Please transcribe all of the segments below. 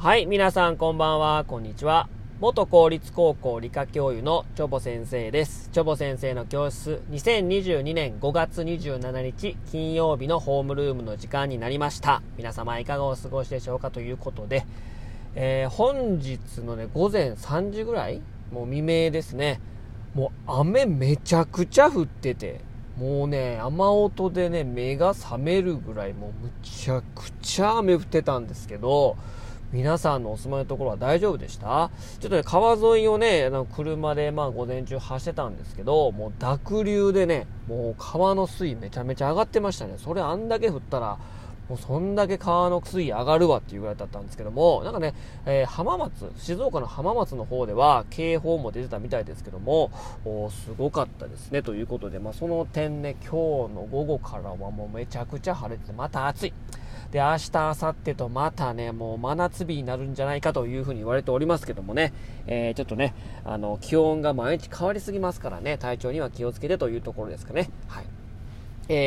はい、皆さんこんばんは、こんにちは。元公立高校理科教諭のチョボ先生です。チョボ先生の教室、2022年5月27日金曜日のホームルームの時間になりました。皆様いかがお過ごしでしょうかということで、本日のね、午前3時ぐらい、もう未明ですね。もう雨めちゃくちゃ降ってて、もうね、雨音でね、目が覚めるぐらい、もうむちゃくちゃ雨降ってたんですけど、皆さんのお住まいのところは大丈夫でした？ちょっとね、川沿いをね、車で午前中走ってたんですけど、もう濁流でね、もう川の水位めちゃめちゃ上がってましたね。それあんだけ降ったら、もうそんだけ川の水位上がるわっていうぐらいだったんですけども、なんかね、静岡の浜松の方では警報も出てたみたいですけども、すごかったですねということで、その点ね、今日の午後からはもうめちゃくちゃ晴れてて、また暑い。で、明日、明後日とまたね、もう真夏日になるんじゃないかというふうに言われておりますけどもね、ちょっとね、気温が毎日変わりすぎますからね、体調には気をつけてというところですかね。はい。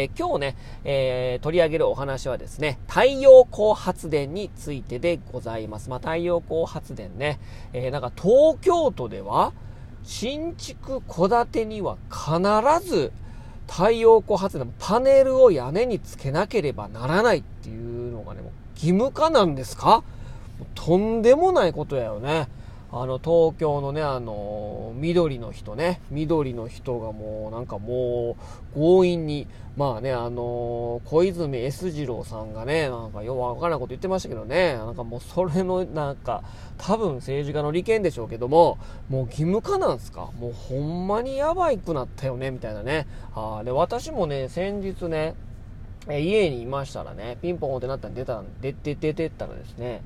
今日ね、取り上げるお話はですね、太陽光発電についてでございます。太陽光発電ね、なんか東京都では、新築戸建てには必ず、太陽光発電、パネルを屋根につけなければならないっていうのがね、もう義務化なんですか？とんでもないことやよね。東京のね、緑の人がもう強引に、小泉 S 次郎さんがね、よくわからないこと言ってましたけどね、もうそれの多分政治家の利権でしょうけども、もう義務化なんすか？もうほんまにやばいくなったよね、みたいなね。で、私もね、先日ね、家にいましたらね、ピンポンってなったら出てったらですね、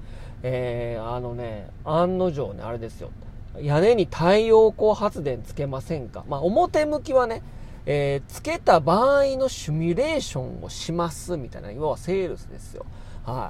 案の定ね、あれですよ。屋根に太陽光発電つけませんか？表向きはね、つけた場合のシミュレーションをしますみたいな、要はセールスですよ。はい。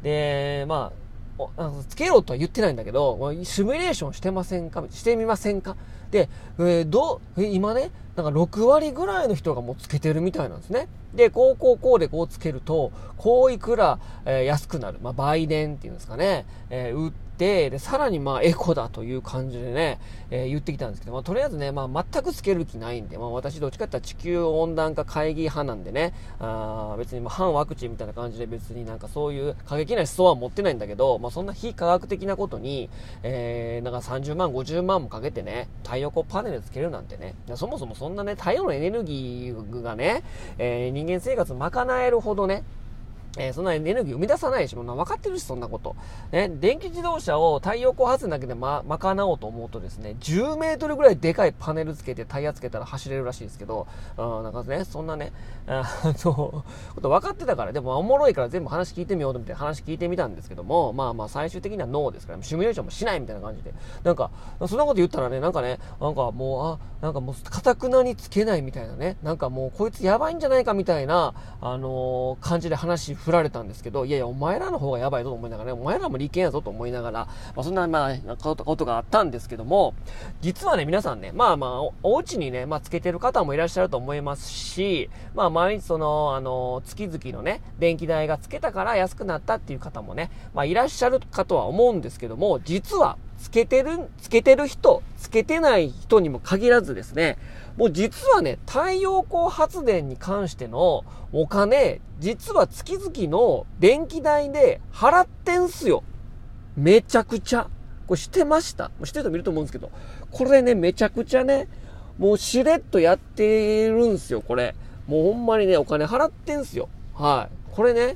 で、つけろとは言ってないんだけど、シミュレーションしてみませんかで、今ね、6割ぐらいの人がもうつけてるみたいなんですね。で、こうでこうつけると、こういくら、安くなる。売電っていうんですかね。売って、で、さらにエコだという感じでね、言ってきたんですけど、とりあえずね、全くつける気ないんで、私どっちかって言ったら地球温暖化会議派なんでね、別に反ワクチンみたいな感じで別にそういう過激な思想は持ってないんだけど、そんな非科学的なことに、30万、50万もかけてね、太陽光パネルつけるなんてね、そもそもそんなね、太陽のエネルギーがね、人間生活賄えるほどね、そんなエネルギー生み出さないし、分かってるし、そんなこと。ね、電気自動車を太陽光発電だけで賄おうと思うとですね、10メートルぐらいでかいパネルつけてタイヤつけたら走れるらしいですけど、そんなね、こと分かってたから、でもおもろいから全部話聞いてみようと思って話聞いてみたんですけども、最終的にはノーですから、シミュレーションもしないみたいな感じで、そんなこと言ったらね、もう、堅くなにつけないみたいなね、もうこいつやばいんじゃないかみたいな、感じで話振られたんですけど、いやいや、お前らの方がやばいぞと思いながらね、お前らも利権やぞと思いながら、そんな、ことがあったんですけども、実はね、皆さんね、お家にね、つけてる方もいらっしゃると思いますし、毎日月々のね、電気代がつけたから安くなったっていう方もね、いらっしゃるかとは思うんですけども、実は、つけてる人、つけてない人にも限らずですね、もう実はね、太陽光発電に関してのお金、実は月々の電気代で払ってんすよ。めちゃくちゃ。これしてました。してる人見ると思うんですけど、これね、めちゃくちゃね、もうしれっとやってるんすよ、これ。もうほんまにね、お金払ってんすよ。はい。これね、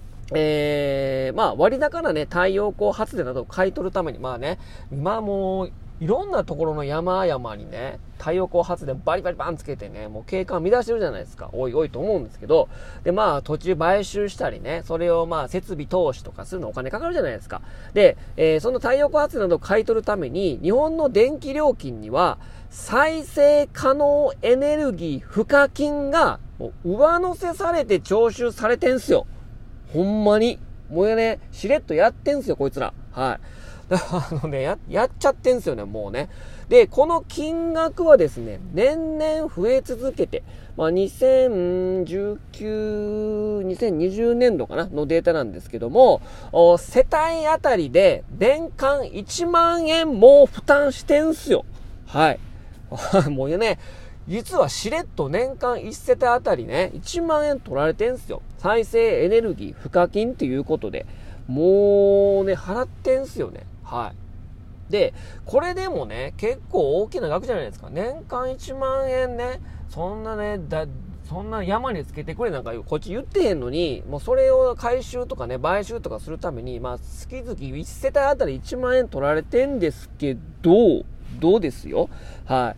割高なね、太陽光発電などを買い取るために、今もう、いろんなところの山々にね、太陽光発電バリバリバンつけてね、もう景観乱してるじゃないですか。多いと思うんですけど、で、土地買収したりね、それを設備投資とかするのお金かかるじゃないですか。で、その太陽光発電などを買い取るために、日本の電気料金には、再生可能エネルギー賦課金が、上乗せされて徴収されてんすよ。ほんまに。もうね、しれっとやってんすよ、こいつら。はい。 やっちゃってんすよね、もうね。で、この金額はですね、年々増え続けて、2020年度かなのデータなんですけども、世帯あたりで年間1万円もう負担してんすよ。はい。もうね、実はしれっと年間1世帯あたりね、1万円取られてんすよ。再生エネルギー賦課金っていうことで。もうね、払ってんすよね。はい。で、これでもね、結構大きな額じゃないですか。年間1万円ね、そんな山につけてくれなんかこっち言ってへんのに、もうそれを回収とかね、買収とかするために、月々1世帯あたり1万円取られてんですけど、どうですよ。はい。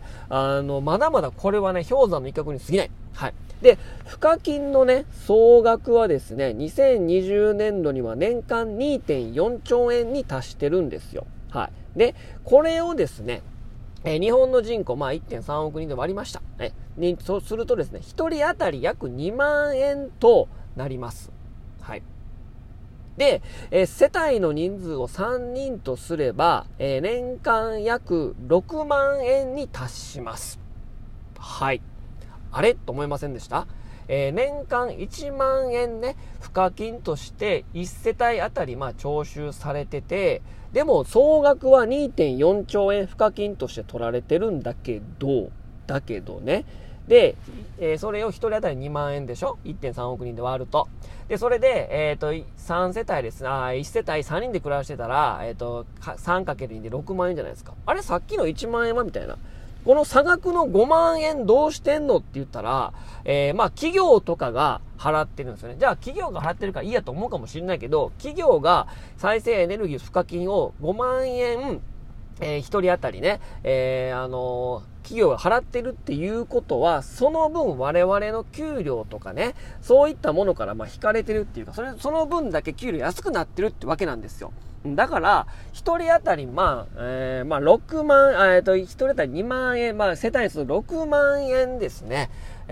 まだまだこれはね、氷山の一角に過ぎない。はい。で、賦課金のね、総額はですね、2020年度には年間 2.4 兆円に達してるんですよ。はい。で、これをですね、日本の人口、1.3 億人で割りました。そうするとですね、1人当たり約2万円となります。はい。で、世帯の人数を3人とすれば、年間約6万円に達します。はい。あれと思いませんでした？年間1万円ね、賦課金として1世帯あたり徴収されてて、でも総額は 2.4 兆円賦課金として取られてるんだけどね。で、それを1人当たり2万円でしょ ?1.3 億人で割ると。で、それで、3世帯です。1世帯3人で暮らしてたら、3×2 で6万円じゃないですか。あれさっきの1万円はみたいな。この差額の5万円どうしてんのって言ったら、企業とかが払ってるんですよね。じゃあ企業が払ってるからいいやと思うかもしれないけど、企業が再生エネルギー賦課金を5万円、一人当たりね、企業が払ってるっていうことは、その分我々の給料とかね、そういったものから引かれてるっていうか、その分だけ給料安くなってるってわけなんですよ。だから、一人当たり、6万、一人当たり2万円、世帯数6万円ですね。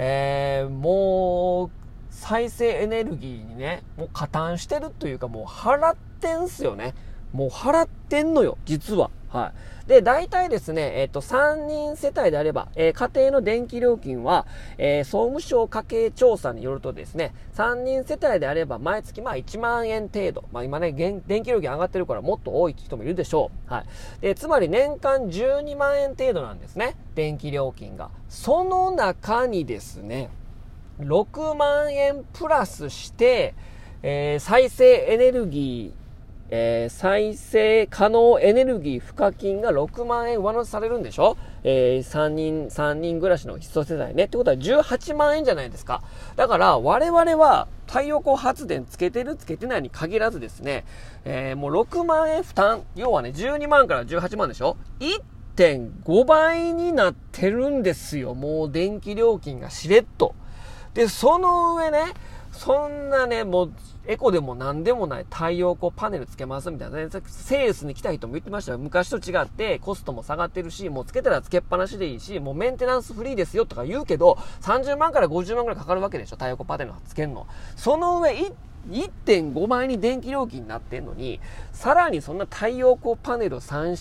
もう、再生エネルギーにね、もう加担してるというか、もう払ってんすよね。もう払ってんのよ、実は。はい。で、大体ですね、3人世帯であれば、家庭の電気料金は、総務省家計調査によるとですね、3人世帯であれば毎月1万円程度。今ね、電気料金上がってるからもっと多い人もいるでしょう。はい。で、つまり年間12万円程度なんですね、電気料金が。その中にですね、6万円プラスして、再生エネルギー、再生可能エネルギー賦課金が6万円上乗せされるんでしょ？3人暮らしの一世帯ね。ってことは18万円じゃないですか。だから我々は太陽光発電つけてるつけてないに限らずですね、もう6万円負担、要はね12万から18万でしょ？ 1.5 倍になってるんですよ。もう電気料金がしれっと。で、その上ね、そんなね、もう、エコでも何でもない太陽光パネルつけますみたいなね、セールスに来た人も言ってましたよ。昔と違ってコストも下がってるし、もうつけたらつけっぱなしでいいし、もうメンテナンスフリーですよとか言うけど、30万から50万くらいかかるわけでしょ、太陽光パネルつけんの。その上、1.5 倍に電気料金になってんのに、さらにそんな太陽光パネルを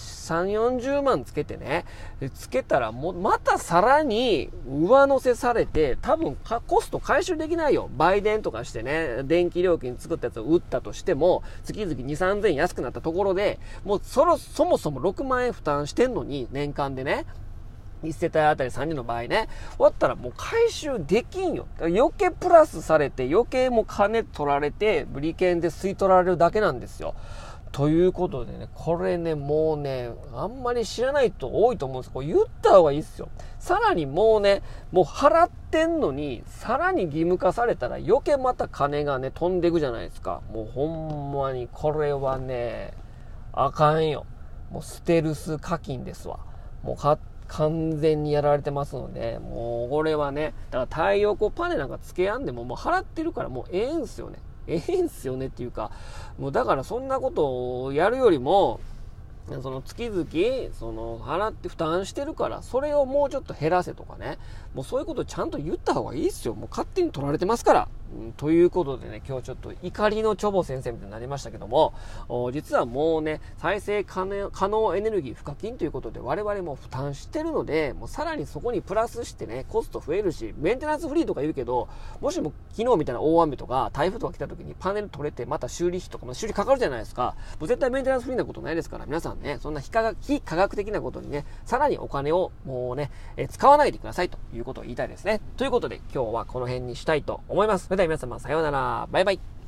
40万つけてね、つけたらもうまたさらに上乗せされて、多分コスト回収できないよ。売電とかしてね、電気料金作ったやつを売ったとしても、月々2、3000円安くなったところで、もうそもそも6万円負担してんのに、年間でね、1世帯あたり3人の場合ね、終わったらもう回収できんよ。余計プラスされて、余計もう金取られて、利権で吸い取られるだけなんですよ。ということでね、これね、もうね、あんまり知らない人多いと思うんです。これ言った方がいいっすよ。さらにもうね、もう払ってんのに、さらに義務化されたら余計また金がね、飛んでいくじゃないですか。もうほんまにこれはね、あかんよ。もうステルス課金ですわ。もう完全にやられてますので、もうこれはね、だから太陽光パネルなんかつけやんでももう払ってるからもうええんすよね。ええんすよねっていうか、もうだからそんなことをやるよりも、 その月々、払って負担してるから、それをもうちょっと減らせとかね。もうそういうことをちゃんと言った方がいいですよ。もう勝手に取られてますから。ということでね、今日ちょっと怒りのチョボ先生みたいになりましたけども、実はもうね、再生可能エネルギー賦課金ということで我々も負担してるので、もうさらにそこにプラスしてね、コスト増えるし、メンテナンスフリーとか言うけど、もしも昨日みたいな大雨とか台風とか来た時にパネル取れてまた修理費とかも修理かかるじゃないですか。もう絶対メンテナンスフリーなことないですから、皆さんね、そんな非科学的なことにね、さらにお金をもうね、使わないでくださいということを言いたいですね。ということで今日はこの辺にしたいと思います。それでは皆様さようなら。バイバイ。